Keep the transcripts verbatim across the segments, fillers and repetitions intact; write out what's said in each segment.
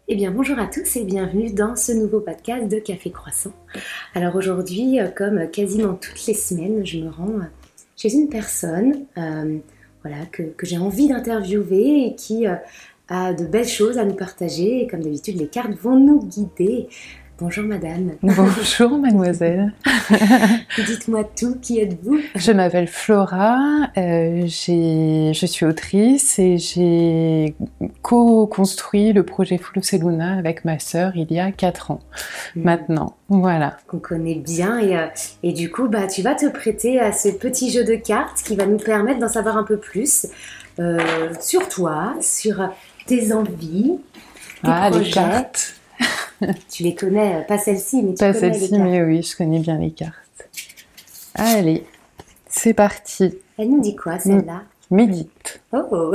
Eh bien, bonjour à tous et bienvenue dans ce nouveau podcast de Café Croissant. Alors aujourd'hui, euh, comme quasiment toutes les semaines, je me rends euh, chez une personne euh, voilà, que, que j'ai envie d'interviewer et qui euh, a de belles choses à nous partager. Et comme d'habitude, les cartes vont nous guider. Bonjour madame. Bonjour mademoiselle. Dites-moi tout, qui êtes-vous? Je m'appelle Flora, euh, j'ai, je suis autrice et j'ai co-construit le projet Flow Luna avec ma sœur il y a quatre ans mmh. maintenant. Voilà. Qu'on connaît bien et, euh, et du coup bah, tu vas te prêter à ce petit jeu de cartes qui va nous permettre d'en savoir un peu plus euh, sur toi, sur tes envies, tes ah, projets. Les cartes. Tu les connais, pas celle-ci, mais tu pas connais celle-ci, les cartes. mais oui, je connais bien les cartes. Allez, c'est parti. Elle nous dit quoi, celle-là? Médite. Oh.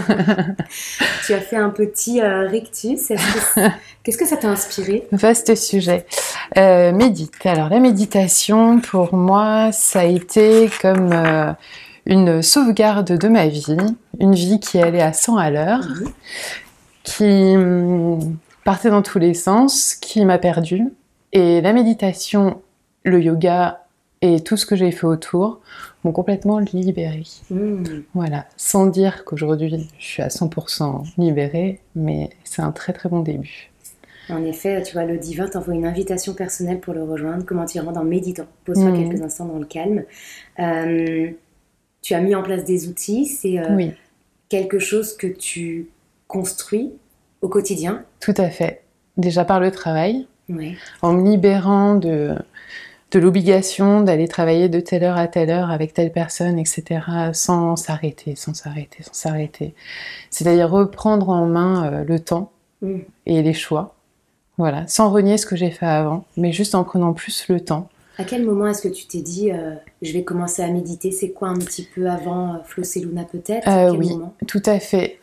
Tu as fait un petit euh, rectus. Que... Qu'est-ce que ça t'a inspiré? Vaste sujet. Euh, médite. Alors, la méditation, pour moi, ça a été comme euh, une sauvegarde de ma vie. Une vie qui allait à cent à l'heure, mmh. qui hum, partait dans tous les sens, qui m'a perdue. Et la méditation, le yoga et tout ce que j'ai fait autour m'ont complètement libérée. Mmh. Voilà, sans dire qu'aujourd'hui je suis à cent pour cent libérée, mais c'est un très très bon début. En effet, tu vois, le divin t'envoie une invitation personnelle pour le rejoindre. Comment tu y rentres en méditant? Pose-toi mmh. quelques instants dans le calme. Euh, tu as mis en place des outils, c'est euh, oui. quelque chose que tu construis au quotidien? Tout à fait. Déjà par le travail, oui. en me libérant de... de l'obligation d'aller travailler de telle heure à telle heure avec telle personne, et cetera, sans s'arrêter, sans s'arrêter, sans s'arrêter. C'est-à-dire reprendre en main euh, le temps mmh. et les choix, voilà, sans renier ce que j'ai fait avant, mais juste en prenant plus le temps. À quel moment est-ce que tu t'es dit euh, je vais commencer à méditer? C'est quoi un petit peu avant euh, Flow Luna peut-être? euh, quel Oui, moment? Tout à fait.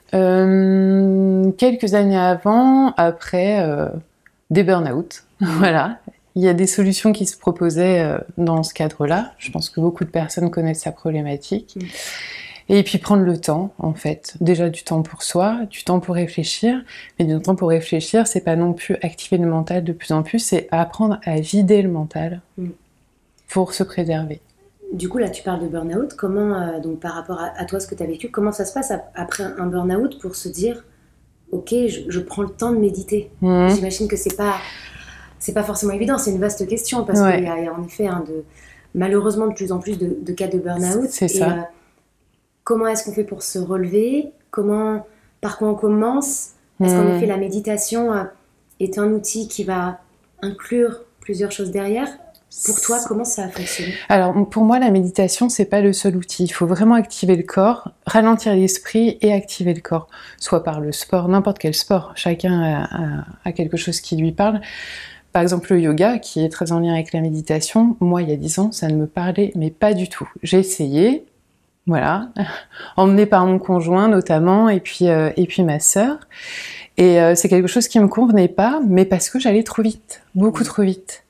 Euh, quelques années avant, après euh, des burn-out, mmh. voilà. Il y a des solutions qui se proposaient euh, dans ce cadre-là. Je pense que beaucoup de personnes connaissent sa problématique. Mmh. Et puis prendre le temps, en fait. Déjà du temps pour soi, du temps pour réfléchir. Mais du temps pour réfléchir, c'est pas non plus activer le mental de plus en plus, c'est apprendre à vider le mental mmh. pour se préserver. Du coup, là, tu parles de burn-out. Comment, euh, donc par rapport à, à toi, ce que tu as vécu, comment ça se passe après un burn-out pour se dire « Ok, je, je prends le temps de méditer mmh. ». J'imagine que c'est pas... C'est pas forcément évident, c'est une vaste question parce ouais. qu'il y a, il y a en effet hein, de, malheureusement de plus en plus de, de cas de burn-out. C'est ça. Et, euh, comment est-ce qu'on fait pour se relever? Comment, par quoi on commence? Est-ce mmh. qu'en effet la méditation euh, est un outil qui va inclure plusieurs choses derrière? Pour toi, comment ça a fonctionné? Alors pour moi, la méditation, c'est pas le seul outil. Il faut vraiment activer le corps, ralentir l'esprit et activer le corps. Soit par le sport, n'importe quel sport. Chacun a, a, a quelque chose qui lui parle. Par exemple, le yoga, qui est très en lien avec la méditation, moi, il y a dix ans, ça ne me parlait, mais pas du tout. J'ai essayé, voilà, emmenée par mon conjoint notamment, et puis, euh, et puis ma sœur. Et euh, c'est quelque chose qui ne me convenait pas, mais parce que j'allais trop vite, beaucoup trop vite.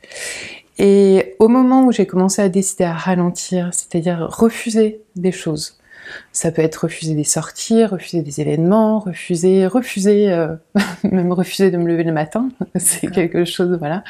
Et au moment où j'ai commencé à décider à ralentir, c'est-à-dire refuser des choses, ça peut être refuser des sorties, refuser des événements, refuser, refuser, euh, même refuser de me lever le matin, c'est D'accord. quelque chose, voilà.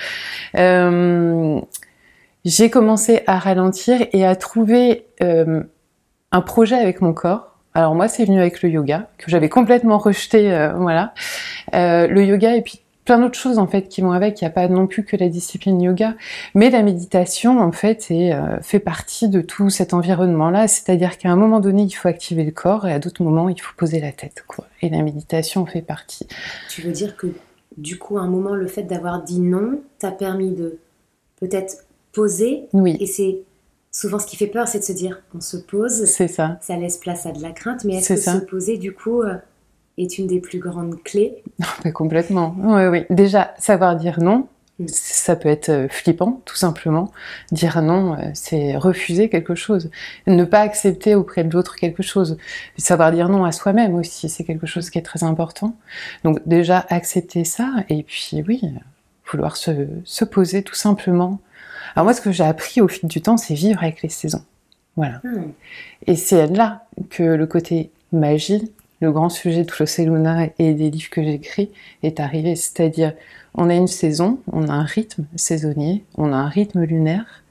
Euh, j'ai commencé à ralentir et à trouver euh, un projet avec mon corps. Alors moi, c'est venu avec le yoga, que j'avais complètement rejeté, euh, voilà. Euh, le yoga et puis plein d'autres choses en fait qui vont avec. Il n'y a pas non plus que la discipline yoga, mais la méditation en fait est, euh, fait partie de tout cet environnement-là. C'est-à-dire qu'à un moment donné, il faut activer le corps et à d'autres moments, il faut poser la tête, quoi. Et la méditation en fait partie. Tu veux dire que du coup, à un moment, le fait d'avoir dit non t'a permis de peut-être poser. Oui. Et c'est souvent ce qui fait peur, c'est de se dire on se pose. C'est ça. Ça laisse place à de la crainte, mais est-ce c'est que ça. se poser du coup euh, est une des plus grandes clés? Mais complètement, oui, oui. Déjà, savoir dire non, mmh. ça peut être flippant, tout simplement. Dire non, c'est refuser quelque chose. Ne pas accepter auprès de l'autre quelque chose. Savoir dire non à soi-même aussi, c'est quelque chose qui est très important. Donc déjà, accepter ça, et puis oui, vouloir se, se poser tout simplement. Alors moi, ce que j'ai appris au fil du temps, c'est vivre avec les saisons. Voilà. Mmh. Et c'est là que le côté magie, le grand sujet de José Luna et des livres que j'écris est arrivé. C'est-à-dire, on a une saison, on a un rythme saisonnier, on a un rythme lunaire,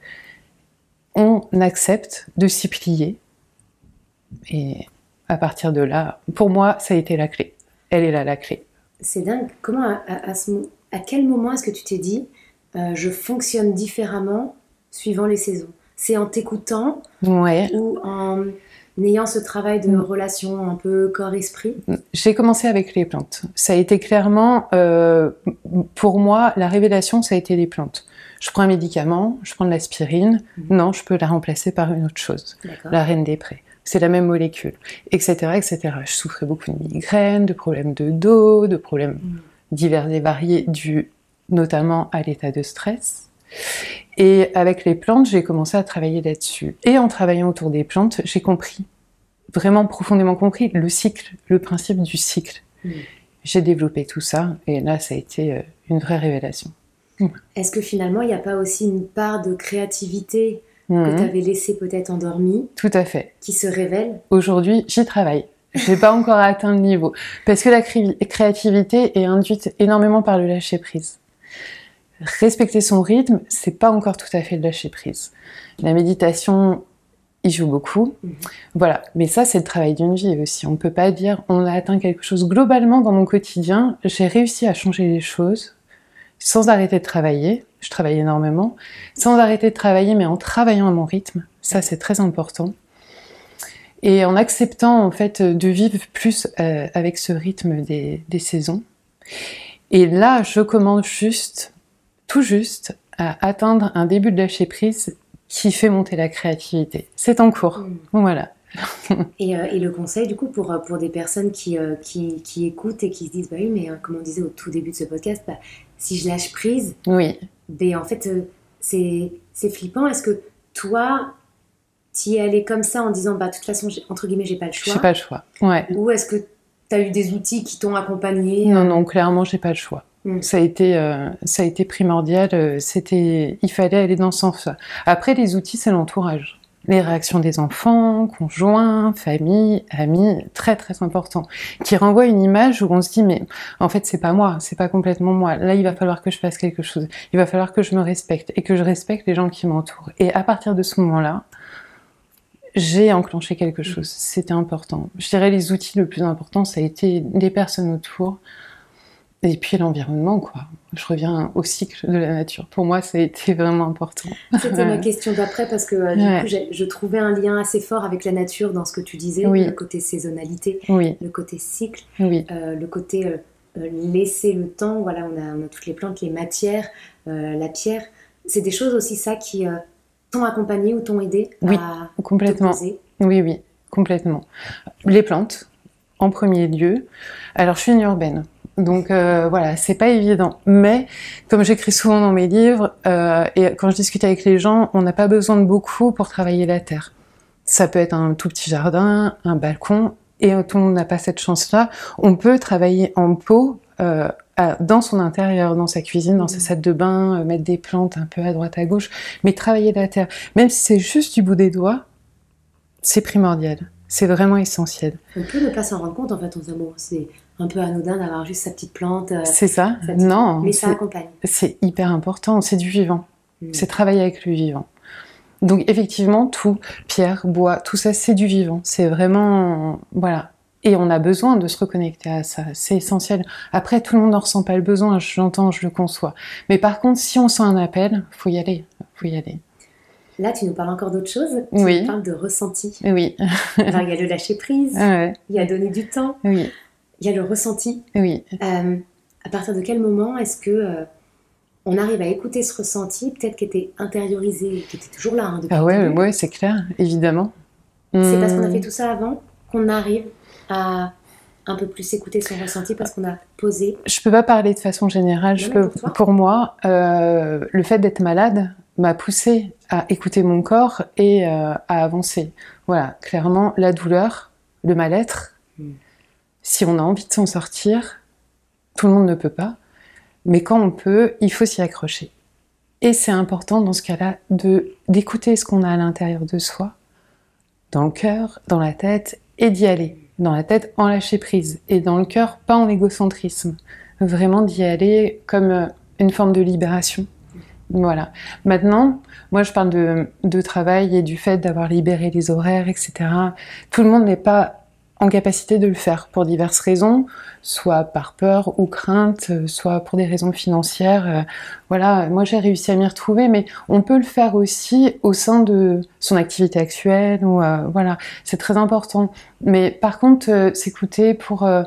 on accepte de s'y plier. Et à partir de là, pour moi, ça a été la clé. Elle est là, la clé. C'est dingue. Comment, à, à, à, ce, à quel moment est-ce que tu t'es dit euh, je fonctionne différemment suivant les saisons? C'est en t'écoutant ouais. ou en ayant ce travail de relation un peu corps-esprit? J'ai commencé avec les plantes. Ça a été clairement, euh, pour moi, la révélation, ça a été les plantes. Je prends un médicament, je prends de l'aspirine, mmh. non, je peux la remplacer par une autre chose. D'accord. La reine des prés. C'est la même molécule, et cetera, et cetera. Je souffrais beaucoup de migraines, de problèmes de dos, de problèmes mmh. divers et variés dus notamment à l'état de stress. Et avec les plantes, j'ai commencé à travailler là-dessus. Et en travaillant autour des plantes, j'ai compris, vraiment profondément compris, le cycle, le principe du cycle. Mmh. J'ai développé tout ça, et là, ça a été une vraie révélation. Mmh. Est-ce que finalement, il n'y a pas aussi une part de créativité mmh. que tu avais laissée peut-être endormie? Tout à fait. Qui se révèle? Aujourd'hui, j'y travaille. Je n'ai pas encore atteint le niveau. Parce que la cré- créativité est induite énormément par le lâcher-prise. Respecter son rythme, c'est pas encore tout à fait le lâcher prise. La méditation, il joue beaucoup. Mmh. Voilà. Mais ça, c'est le travail d'une vie aussi. On peut pas dire, on a atteint quelque chose. Globalement, dans mon quotidien, j'ai réussi à changer les choses sans arrêter de travailler. Je travaille énormément. Sans arrêter de travailler, mais en travaillant à mon rythme. Ça, c'est très important. Et en acceptant, en fait, de vivre plus euh, avec ce rythme des, des saisons. Et là, je commence juste tout juste à atteindre un début de lâcher-prise qui fait monter la créativité. C'est en cours. Mmh. Voilà. et, euh, et le conseil, du coup, pour, pour des personnes qui, euh, qui, qui écoutent et qui se disent, bah oui, mais euh, comme on disait au tout début de ce podcast, bah, si je lâche prise, oui. bah, en fait, euh, c'est, c'est flippant. Est-ce que toi, t'y es allé comme ça en disant, bah, de toute façon, j'ai, entre guillemets, j'ai pas le choix? J'ai pas le choix, ouais. Ou est-ce que t'as eu des outils qui t'ont accompagné? Non, non, clairement, j'ai pas le choix. Mmh. Ça a été, euh, ça a été primordial. Euh, c'était, il fallait aller dans ce sens-là. Après, les outils, c'est l'entourage. Les réactions des enfants, conjoints, famille, amis, très très important. Qui renvoient une image où on se dit, mais en fait, c'est pas moi, c'est pas complètement moi. Là, il va falloir que je fasse quelque chose. Il va falloir que je me respecte et que je respecte les gens qui m'entourent. Et à partir de ce moment-là, j'ai enclenché quelque chose. C'était important. Je dirais les outils le plus important, ça a été les personnes autour. Et puis l'environnement, quoi. Je reviens au cycle de la nature. Pour moi, ça a été vraiment important. C'était ma question d'après parce que euh, du ouais. coup, j'ai, je trouvais un lien assez fort avec la nature dans ce que tu disais. Oui. Le côté saisonnalité, oui. le côté cycle, oui. euh, le côté euh, euh, laisser le temps. Voilà, on a, on a toutes les plantes, les matières, euh, la pierre. C'est des choses aussi, ça, qui euh, t'ont accompagné ou t'ont aidé oui, à complètement. te poser. Oui, oui, complètement. Les plantes, en premier lieu. Alors, je suis une urbaine. Donc euh, voilà, c'est pas évident. Mais comme j'écris souvent dans mes livres, euh, et quand je discute avec les gens, on n'a pas besoin de beaucoup pour travailler la terre. Ça peut être un tout petit jardin, un balcon, et tout le monde n'a pas cette chance-là. On peut travailler en pot, euh, à, dans son intérieur, dans sa cuisine, dans mmh. sa salle de bain, euh, mettre des plantes un peu à droite à gauche, mais travailler la terre, même si c'est juste du bout des doigts, c'est primordial. C'est vraiment essentiel. On peut ne pas s'en rendre compte, en fait, on se dit, bon, c'est un peu anodin d'avoir juste sa petite plante. Euh, c'est ça, petite... non. Mais ça accompagne. C'est hyper important, c'est du vivant. Mmh. C'est travailler avec le vivant. Donc effectivement, tout, pierre, bois, tout ça, c'est du vivant. C'est vraiment... Voilà. Et on a besoin de se reconnecter à ça. C'est essentiel. Après, tout le monde n'en ressent pas le besoin, je l'entends, je le conçois. Mais par contre, si on sent un appel, il faut y aller. faut y aller. Là, tu nous parles encore d'autre chose. Tu oui. nous parles de ressenti. Oui. Alors, il y a le lâcher prise, ouais. il y a donner du temps, oui. il y a le ressenti. Oui. Euh, à partir de quel moment est-ce que euh, on arrive à écouter ce ressenti, peut-être qui était intériorisé, qui était toujours là hein, depuis ah ouais, le début. ouais, c'est clair, évidemment. C'est hum... parce qu'on a fait tout ça avant qu'on arrive à un peu plus écouter son ressenti parce qu'on a posé. Je peux pas parler de façon générale. Non, je peux, pour, pour moi, euh, le fait d'être malade m'a poussée à écouter mon corps et euh, à avancer. Voilà, clairement, la douleur, le mal-être, mm. si on a envie de s'en sortir, tout le monde ne peut pas, mais quand on peut, il faut s'y accrocher. Et c'est important dans ce cas-là de, d'écouter ce qu'on a à l'intérieur de soi, dans le cœur, dans la tête, et d'y aller. dans la tête en lâcher prise et dans le cœur pas en égocentrisme. Vraiment d'y aller comme une forme de libération. Voilà. Maintenant, moi je parle de, de travail et du fait d'avoir libéré les horaires, et cetera. Tout le monde n'est pas en capacité de le faire pour diverses raisons, soit par peur ou crainte, soit pour des raisons financières. Euh, voilà, moi j'ai réussi à m'y retrouver, mais on peut le faire aussi au sein de son activité actuelle. Ou euh, voilà, c'est très important. Mais par contre, euh, s'écouter pour euh,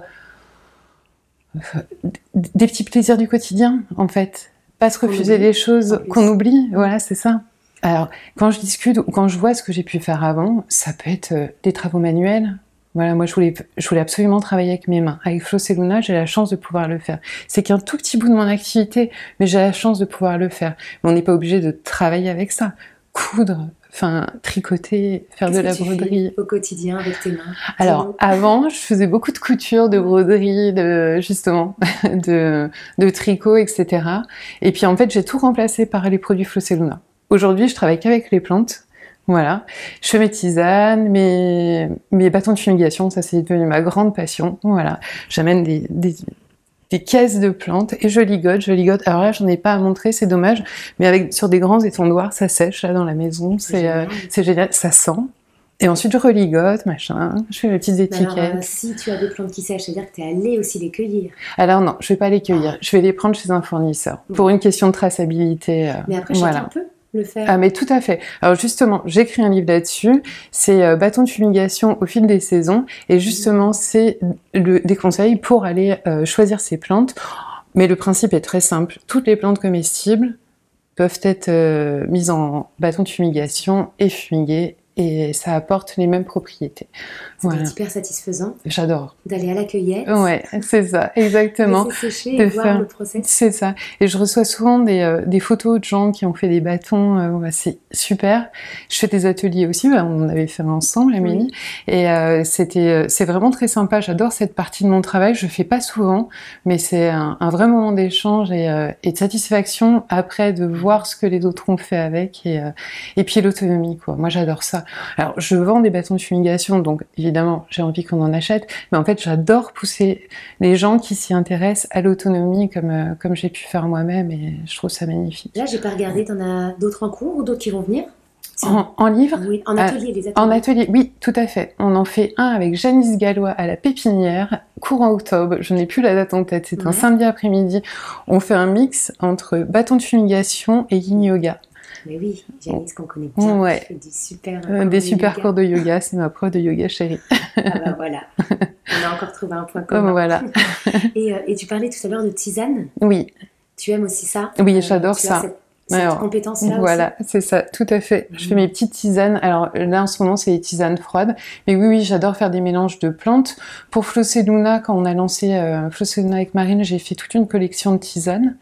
des petits plaisirs du quotidien, en fait. Pas se refuser des choses qu'on oublie. Voilà, c'est ça. Alors, quand je discute ou quand je vois ce que j'ai pu faire avant, ça peut être euh, des travaux manuels. Voilà, moi, je voulais, je voulais absolument travailler avec mes mains. Avec Floss et Luna, j'ai la chance de pouvoir le faire. C'est qu'un tout petit bout de mon activité, mais j'ai la chance de pouvoir le faire. Mais on n'est pas obligé de travailler avec ça. Coudre, enfin, tricoter, faire de la broderie. Au quotidien avec tes mains. Alors, avant, je faisais beaucoup de couture, de broderie, de, justement, de, de tricot, et cetera. Et puis, en fait, j'ai tout remplacé par les produits Floss et Luna. Aujourd'hui, je travaille qu'avec les plantes. Voilà, je fais mes tisanes, mes, mes bâtons de fumigation, ça c'est devenu ma grande passion. Voilà, j'amène des, des, des caisses de plantes et je ligote, je ligote. Alors là, j'en ai pas à montrer, c'est dommage, mais avec sur des grands étendoirs, ça sèche là dans la maison, c'est génial, euh, c'est génial, ça sent. Et ensuite, je religote, machin, je fais mes petites étiquettes. Alors, euh, si tu as des plantes qui sèchent, c'est-à-dire que tu es allé aussi les cueillir. Alors non, je vais pas les cueillir, ah. je vais les prendre chez un fournisseur, mmh. pour une question de traçabilité. Euh, mais après, voilà. chacun peut le faire. Ah mais tout à fait. Alors justement, j'écris un livre là-dessus, c'est euh, bâton de fumigation au fil des saisons, et justement, c'est le, des conseils pour aller euh, choisir ces plantes. Mais le principe est très simple, toutes les plantes comestibles peuvent être euh, mises en bâton de fumigation et fumiguées, et ça apporte les mêmes propriétés. C'est voilà. hyper satisfaisant. J'adore. D'aller à la cueillette. Ouais, c'est ça, exactement. Laisser sécher de et faire... voir le process. C'est ça. Et je reçois souvent des, euh, des photos de gens qui ont fait des bâtons. Euh, ouais, c'est super. Je fais des ateliers aussi. Bah, on avait fait ensemble, Amélie. Oui. Et euh, c'était, c'est vraiment très sympa. J'adore cette partie de mon travail. Je fais pas souvent, mais c'est un, un vrai moment d'échange et, euh, et de satisfaction après de voir ce que les autres ont fait avec. Et, euh, et puis l'autonomie, quoi. Moi, j'adore ça. Alors, je vends des bâtons de fumigation, donc évidemment, j'ai envie qu'on en achète, mais en fait, j'adore pousser les gens qui s'y intéressent à l'autonomie, comme, euh, comme j'ai pu faire moi-même, et je trouve ça magnifique. Là, j'ai pas regardé, t'en as d'autres en cours ou d'autres qui vont venir ? En, en livre ? Oui, en atelier, les ateliers. En atelier, oui, tout à fait. On en fait un avec Janice Gallois à la Pépinière, courant octobre, je n'ai plus la date en tête, c'est ouais. un samedi après-midi. On fait un mix entre bâton de fumigation et yin yoga. Mais oui, Janice qu'on connaît bien, ouais. qui fait du super euh, des super yoga. cours de yoga, c'est ma prof de yoga chérie. Ah bah voilà, on a encore trouvé un point commun. Oh, voilà. et, euh, et tu parlais tout à l'heure de tisane. Oui. Tu aimes aussi ça ? Oui, j'adore euh, tu ça. As cette, cette Alors, compétence-là voilà, aussi. C'est ça, tout à fait. Mmh. Je fais mes petites tisanes. Alors là, en ce moment, c'est les tisanes froides. Mais oui, oui, j'adore faire des mélanges de plantes. Pour Floss et Luna, quand on a lancé euh, Floss et Luna avec Marine, j'ai fait toute une collection de tisanes.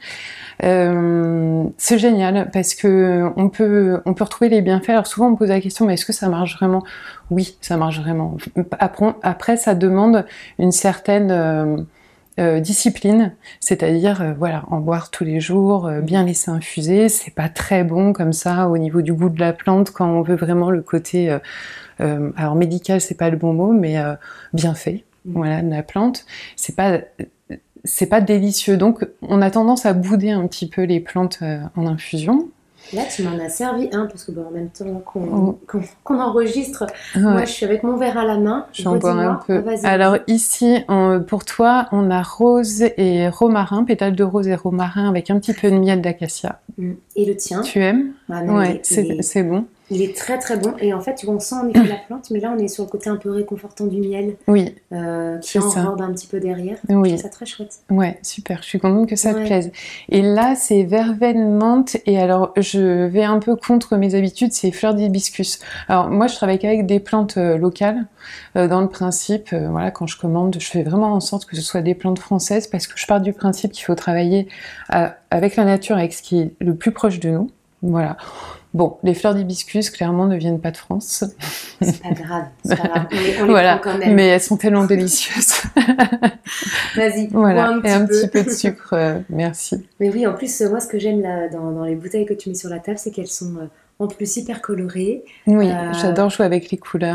Euh, c'est génial parce que on peut, on peut retrouver les bienfaits. Alors souvent, on me pose la question, mais est-ce que ça marche vraiment ? Oui, ça marche vraiment. Après, après ça demande une certaine... Euh, Euh, discipline, c'est-à-dire euh, voilà, en boire tous les jours, euh, bien laisser infuser, c'est pas très bon comme ça au niveau du goût de la plante quand on veut vraiment le côté euh, euh, alors médical, c'est pas le bon mot, mais euh, bien fait, mmh. voilà, de la plante, c'est pas c'est pas délicieux, donc on a tendance à bouder un petit peu les plantes euh, en infusion. Là, tu m'en as servi un, parce que bon, en même temps qu'on, oh. qu'on, qu'on enregistre, ouais. moi je suis avec mon verre à la main. J'en bois un peu. Ah, Alors ici, on, pour toi, on a rose et romarin, pétales de rose et romarin avec un petit peu de miel d'acacia. Et le tien ? Tu aimes ? Ah, non, ouais, il, c'est, il est, c'est bon. Il est très très bon. Et en fait, tu vois, on sent en effet la plante, mais là on est sur le côté un peu réconfortant du miel. Oui. Euh, qui enrobe un petit peu derrière. Oui. Je trouve ça très chouette. Ouais, super. Je suis contente que ça ouais. te plaise. Et là, c'est verveine menthe. Et alors, je vais un peu contre mes habitudes, c'est fleurs d'hibiscus. Alors, moi, je travaille qu'avec des plantes euh, locales. Euh, dans le principe, euh, voilà, quand je commande, je fais vraiment en sorte que ce soit des plantes françaises parce que je pars du principe qu'il faut travailler à, avec la nature, avec ce qui est le plus proche de nous. Voilà. Bon, les fleurs d'hibiscus, clairement, ne viennent pas de France. C'est pas grave, c'est pas grave. On les, on les voilà. prend quand même. Mais elles sont tellement délicieuses. Vas-y, voilà. un Et petit un peu. petit peu de sucre, euh, merci. Mais oui, en plus, moi, ce que j'aime là, dans, dans les bouteilles que tu mets sur la table, c'est qu'elles sont euh, en plus hyper colorées. Oui, euh... j'adore jouer avec les couleurs, ouais.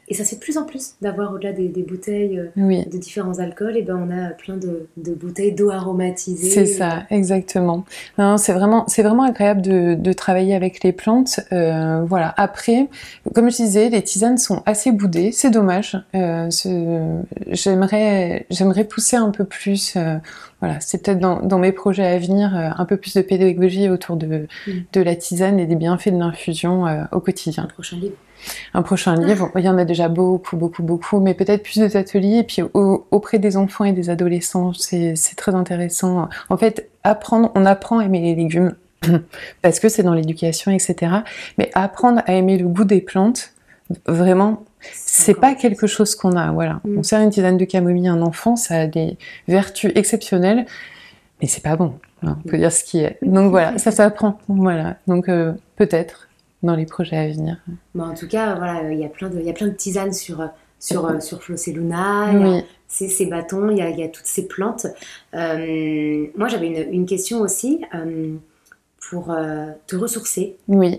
Et ça se fait de plus en plus d'avoir au-delà des, des bouteilles euh, oui. de différents alcools, et ben on a plein de, de bouteilles d'eau aromatisée. C'est ça, exactement. Non, c'est vraiment, c'est vraiment agréable de, de travailler avec les plantes. Euh, voilà. Après, comme je disais, les tisanes sont assez boudées. C'est dommage. Euh, c'est, j'aimerais, j'aimerais pousser un peu plus. Euh, voilà, c'est peut-être dans, dans mes projets à venir euh, un peu plus de pédagogie autour de, mm. de la tisane et des bienfaits de l'infusion euh, au quotidien. Un prochain livre. Un prochain livre, il y en a déjà beaucoup, beaucoup, beaucoup, mais peut-être plus d'ateliers, et puis au, auprès des enfants et des adolescents, c'est, c'est très intéressant. En fait, apprendre, on apprend à aimer les légumes, parce que c'est dans l'éducation, et cetera. Mais apprendre à aimer le goût des plantes, vraiment, c'est, c'est pas quelque chose qu'on a, voilà. Mm. On sert une tisane de camomille à un enfant, ça a des vertus exceptionnelles, mais c'est pas bon, hein, on peut dire ce qui est. Donc voilà, ça s'apprend, voilà. Donc euh, peut-être dans les projets à venir. Bon, en tout cas, voilà, il y a plein de, il y a plein de tisanes sur, sur, euh, sur Floselluna, oui. il y a ces, ces bâtons, il y, a, il y a toutes ces plantes. Euh, moi, j'avais une, une question aussi euh, pour euh, te ressourcer. Oui.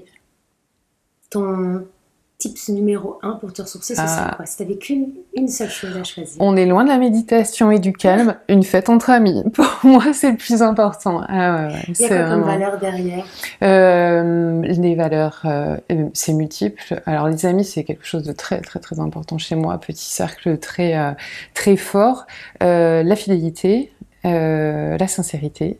Ton tips numéro un pour te ressourcer, ce ah. serait quoi? Si tu n'avais qu'une une seule chose à choisir. On est loin de la méditation et du calme. Une fête entre amis. Pour moi, c'est le plus important. Ah, ouais, ouais. Il y a quoi comme valeur derrière? euh, Les valeurs, euh, c'est multiple. Alors, les amis, c'est quelque chose de très, très, très important chez moi. Petit cercle très, euh, très fort. Euh, la fidélité, euh, la sincérité.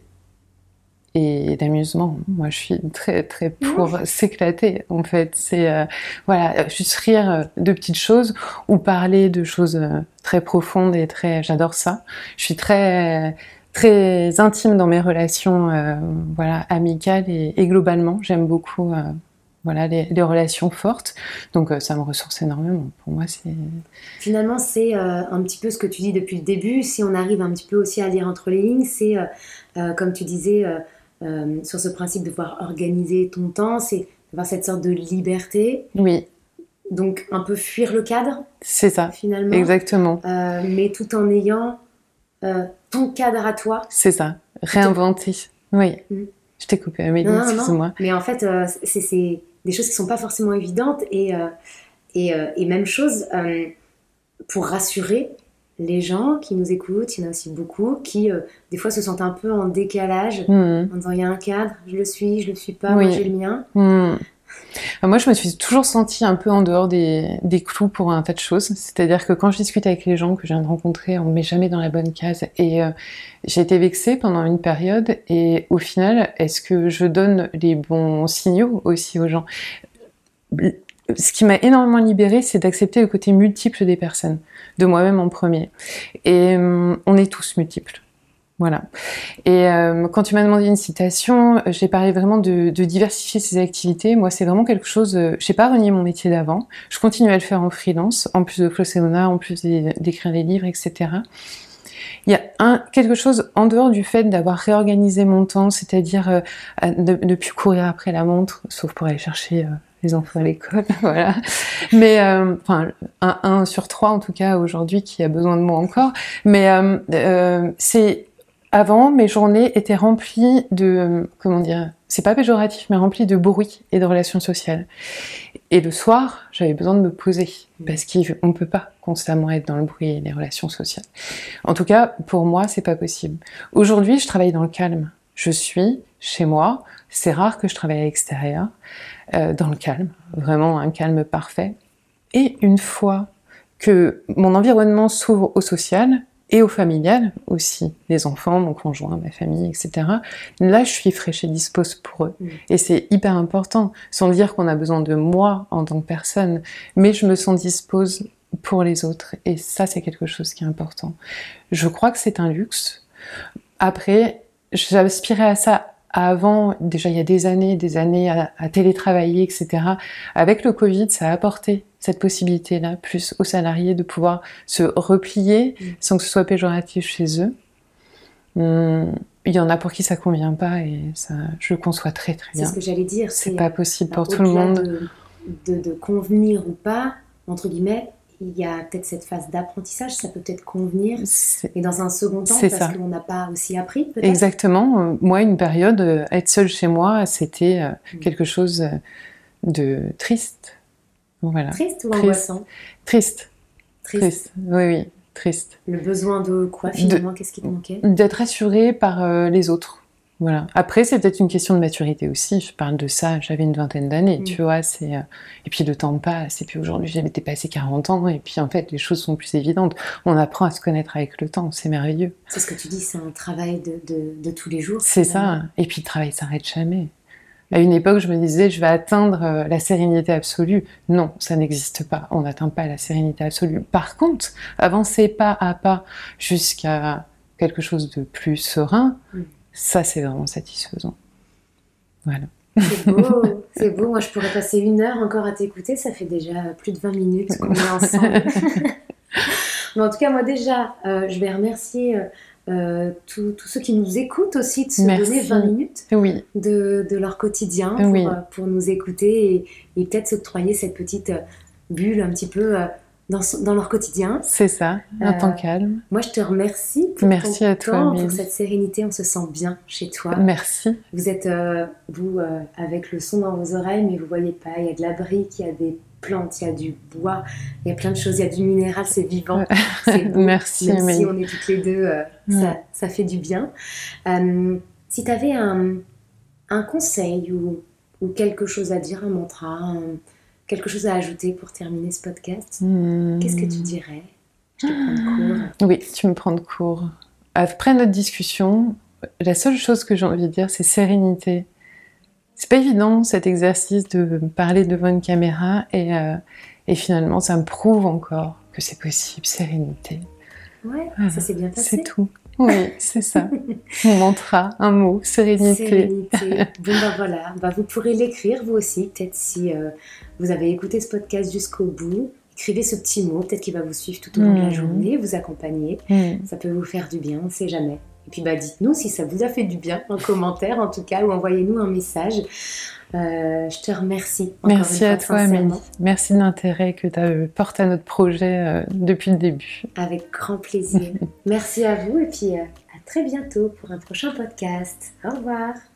Et l'amusement. Moi, je suis très, très pour mmh. s'éclater, en fait. C'est, euh, voilà, juste rire de petites choses ou parler de choses très profondes et très... J'adore ça. Je suis très, très intime dans mes relations, euh, voilà, amicales et, et globalement. J'aime beaucoup, euh, voilà, les, les relations fortes. Donc, euh, ça me ressource énormément. Pour moi, c'est... Finalement, c'est euh, un petit peu ce que tu dis depuis le début. Si on arrive un petit peu aussi à lire entre les lignes, c'est, euh, euh, comme tu disais... Euh, Euh, sur ce principe de pouvoir organiser ton temps, c'est d'avoir cette sorte de liberté. Oui. Donc un peu fuir le cadre. C'est ça. Finalement. Exactement. Euh, mais tout en ayant euh, ton cadre à toi. C'est ça. Réinventer. Oui. Mmh. Je t'ai coupé, Amélie, non, non, excuse-moi. Non. Mais en fait, euh, c'est, c'est des choses qui sont pas forcément évidentes et euh, et, euh, et même chose euh, pour rassurer les gens qui nous écoutent, il y en a aussi beaucoup qui, euh, des fois, se sentent un peu en décalage, mmh. en disant, il y a un cadre, je le suis, je le suis pas, oui. moi j'ai le mien. Mmh. Moi, je me suis toujours sentie un peu en dehors des, des clous pour un tas de choses. C'est-à-dire que quand je discute avec les gens que je viens de rencontrer, on ne me met jamais dans la bonne case. Et euh, j'ai été vexée pendant une période. Et au final, est-ce que je donne les bons signaux aussi aux gens ? Ce qui m'a énormément libérée, c'est d'accepter le côté multiple des personnes, de moi-même en premier. Et euh, on est tous multiples. Voilà. Et euh, quand tu m'as demandé une citation, j'ai parlé vraiment de, de diversifier ses activités. Moi, c'est vraiment quelque chose... Euh, j'ai pas renié mon métier d'avant. Je continue à le faire en freelance, en plus de Floselluna, en plus d'écrire des livres, et cetera. Il y a un, quelque chose en dehors du fait d'avoir réorganisé mon temps, c'est-à-dire euh, de ne plus courir après la montre, sauf pour aller chercher... Euh, les enfants à l'école, voilà. Mais euh, enfin, un, un sur trois en tout cas aujourd'hui qui a besoin de moi encore. Mais euh, euh, c'est avant, mes journées étaient remplies de, comment dire, c'est pas péjoratif, mais remplies de bruit et de relations sociales. Et le soir, j'avais besoin de me poser parce qu'on ne peut pas constamment être dans le bruit et les relations sociales. En tout cas, pour moi, c'est pas possible. Aujourd'hui, je travaille dans le calme. Je suis chez moi. C'est rare que je travaille à l'extérieur, euh, dans le calme, vraiment un calme parfait. Et une fois que mon environnement s'ouvre au social et au familial aussi, les enfants, mon conjoint, ma famille, et cetera, là, je suis fraîche et dispose pour eux. Mmh. Et c'est hyper important, sans dire qu'on a besoin de moi en tant que personne, mais je me sens dispose pour les autres. Et ça, c'est quelque chose qui est important. Je crois que c'est un luxe. Après, j'aspirais à ça avant, déjà il y a des années, des années à, à télétravailler, et cetera. Avec le Covid, ça a apporté cette possibilité-là, plus aux salariés de pouvoir se replier mmh. sans que ce soit péjoratif chez eux. Hum, il y en a pour qui ça convient pas et ça, je le conçois très très bien. C'est ce que j'allais dire. C'est, c'est pas possible pour tout le monde. De, de, de convenir ou pas, entre guillemets, il y a peut-être cette phase d'apprentissage, ça peut peut-être convenir, c'est... mais dans un second temps, c'est parce ça. qu'on n'a pas aussi appris, peut-être. Exactement. Moi, une période, être seule chez moi, c'était mmh. quelque chose de triste. Voilà. Triste ou Triste. angoissant? Triste. Triste. Triste. Oui, oui, triste. Le besoin de quoi finalement? De... Qu'est-ce qui te manquait? D'être assurée par euh, les autres. Voilà. Après, c'est peut-être une question de maturité aussi. Je parle de ça, j'avais une vingtaine d'années, mmh. tu vois. C'est, euh... Et puis le temps passe, et puis aujourd'hui, j'avais dépassé quarante ans, et puis en fait, les choses sont plus évidentes. On apprend à se connaître avec le temps, c'est merveilleux. C'est ce que tu dis, c'est un travail de, de, de tous les jours. C'est finalement. Ça, et puis le travail ne s'arrête jamais. À une époque, je me disais, je vais atteindre la sérénité absolue. Non, ça n'existe pas. On n'atteint pas la sérénité absolue. Par contre, avancer pas à pas jusqu'à quelque chose de plus serein, mmh. ça, c'est vraiment satisfaisant. Voilà. C'est beau, c'est beau. Moi, je pourrais passer une heure encore à t'écouter. Ça fait déjà plus de vingt minutes qu'on est ensemble. Mais en tout cas, moi, déjà, euh, je vais remercier... Euh, Euh, tous ceux qui nous écoutent aussi de se Merci. donner vingt minutes oui. de, de leur quotidien pour, oui. euh, pour nous écouter et, et peut-être s'octroyer cette petite bulle un petit peu euh, dans, dans leur quotidien. C'est ça, un euh, temps calme. Moi, je te remercie pour Merci ton à toi, temps, Amélie. pour cette sérénité. On se sent bien chez toi. Merci. Vous êtes, euh, vous, euh, avec le son dans vos oreilles, mais vous voyez pas, il y a de la brique, il y a des plantes, il y a du bois, il y a plein de choses, il y a du minéral, c'est vivant, c'est beau. Merci. Même mais... si on est toutes les deux, euh, ouais. ça, ça fait du bien. Euh, si tu avais un, un conseil ou, ou quelque chose à dire, un mantra, un, quelque chose à ajouter pour terminer ce podcast, mmh. qu'est-ce que tu dirais? Je te prends de court. Oui, tu me prends de court. Après notre discussion, la seule chose que j'ai envie de dire, c'est sérénité. C'est pas évident cet exercice de parler devant une caméra et, euh, et finalement ça me prouve encore que c'est possible, sérénité. Ouais, voilà. Ça s'est bien passé. C'est tout. Oui, c'est ça. Mon mantra, un mot, sérénité. Sérénité. Bon bah voilà, bah, vous pourrez l'écrire vous aussi, peut-être si euh, vous avez écouté ce podcast jusqu'au bout. Écrivez ce petit mot, peut-être qu'il va vous suivre tout au long mmh. de la journée, vous accompagner. Mmh. Ça peut vous faire du bien, on ne sait jamais. Et puis bah, dites-nous si ça vous a fait du bien, en commentaire en tout cas, ou envoyez-nous un message. Euh, je te remercie. Merci fois, à toi, Amélie. Merci de l'intérêt que tu portes à notre projet euh, depuis le début. Avec grand plaisir. Merci à vous et puis euh, à très bientôt pour un prochain podcast. Au revoir.